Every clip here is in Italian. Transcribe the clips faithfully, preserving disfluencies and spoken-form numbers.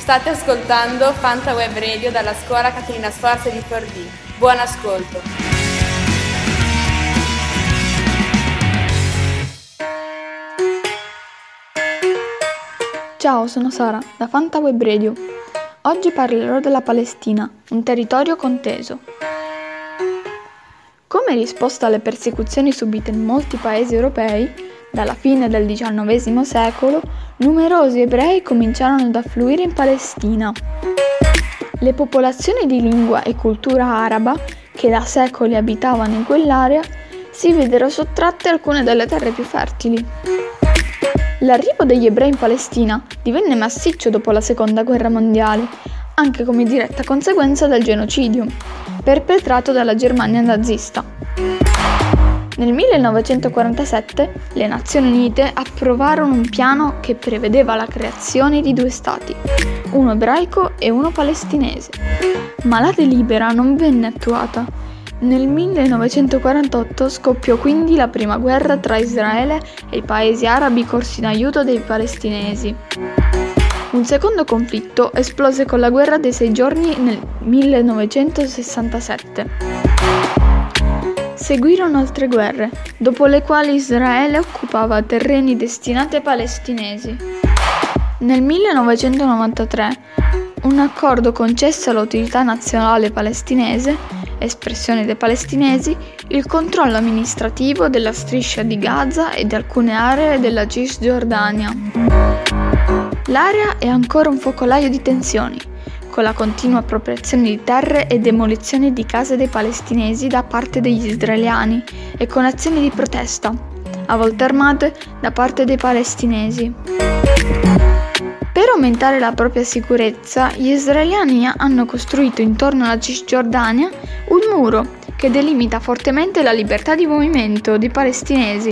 State ascoltando Fanta Web Radio dalla scuola Caterina Sforza di Forlì. Buon ascolto! Ciao, sono Sara, da Fanta Web Radio. Oggi parlerò della Palestina, un territorio conteso. Come risposta alle persecuzioni subite in molti paesi europei, dalla fine del diciannovesimo secolo, numerosi ebrei cominciarono ad affluire in Palestina. Le popolazioni di lingua e cultura araba, che da secoli abitavano in quell'area, si videro sottratte alcune delle terre più fertili. L'arrivo degli ebrei in Palestina divenne massiccio dopo la Seconda Guerra Mondiale, anche come diretta conseguenza del genocidio, perpetrato dalla Germania nazista. Nel millenovecentoquarantasette le Nazioni Unite approvarono un piano che prevedeva la creazione di due stati, uno ebraico e uno palestinese. Ma la delibera non venne attuata. Nel millenovecentoquarantotto scoppiò quindi la prima guerra tra Israele e i paesi arabi corsi in aiuto dei palestinesi. Un secondo conflitto esplose con la guerra dei sei giorni nel millenovecentosessantasette. Seguirono altre guerre, dopo le quali Israele occupava terreni destinati ai palestinesi. Nel millenovecentonovantatré, un accordo concesse all'Autorità Nazionale Palestinese, espressione dei palestinesi, il controllo amministrativo della striscia di Gaza e di alcune aree della Cisgiordania. L'area è ancora un focolaio di tensioni, con la continua appropriazione di terre e demolizione di case dei palestinesi da parte degli israeliani e con azioni di protesta, a volte armate, da parte dei palestinesi. Per aumentare la propria sicurezza, gli israeliani hanno costruito intorno alla Cisgiordania un muro che delimita fortemente la libertà di movimento dei palestinesi.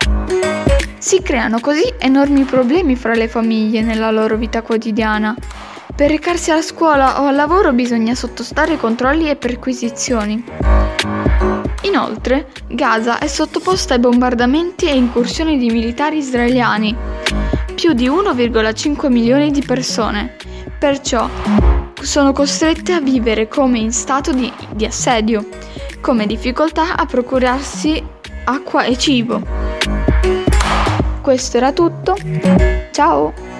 Si creano così enormi problemi fra le famiglie nella loro vita quotidiana. Per recarsi alla scuola o al lavoro bisogna sottostare controlli e perquisizioni. Inoltre, Gaza è sottoposta ai bombardamenti e incursioni di militari israeliani, più di uno virgola cinque milioni di persone, perciò sono costrette a vivere come in stato di, di assedio, come difficoltà a procurarsi acqua e cibo. Questo era tutto, ciao!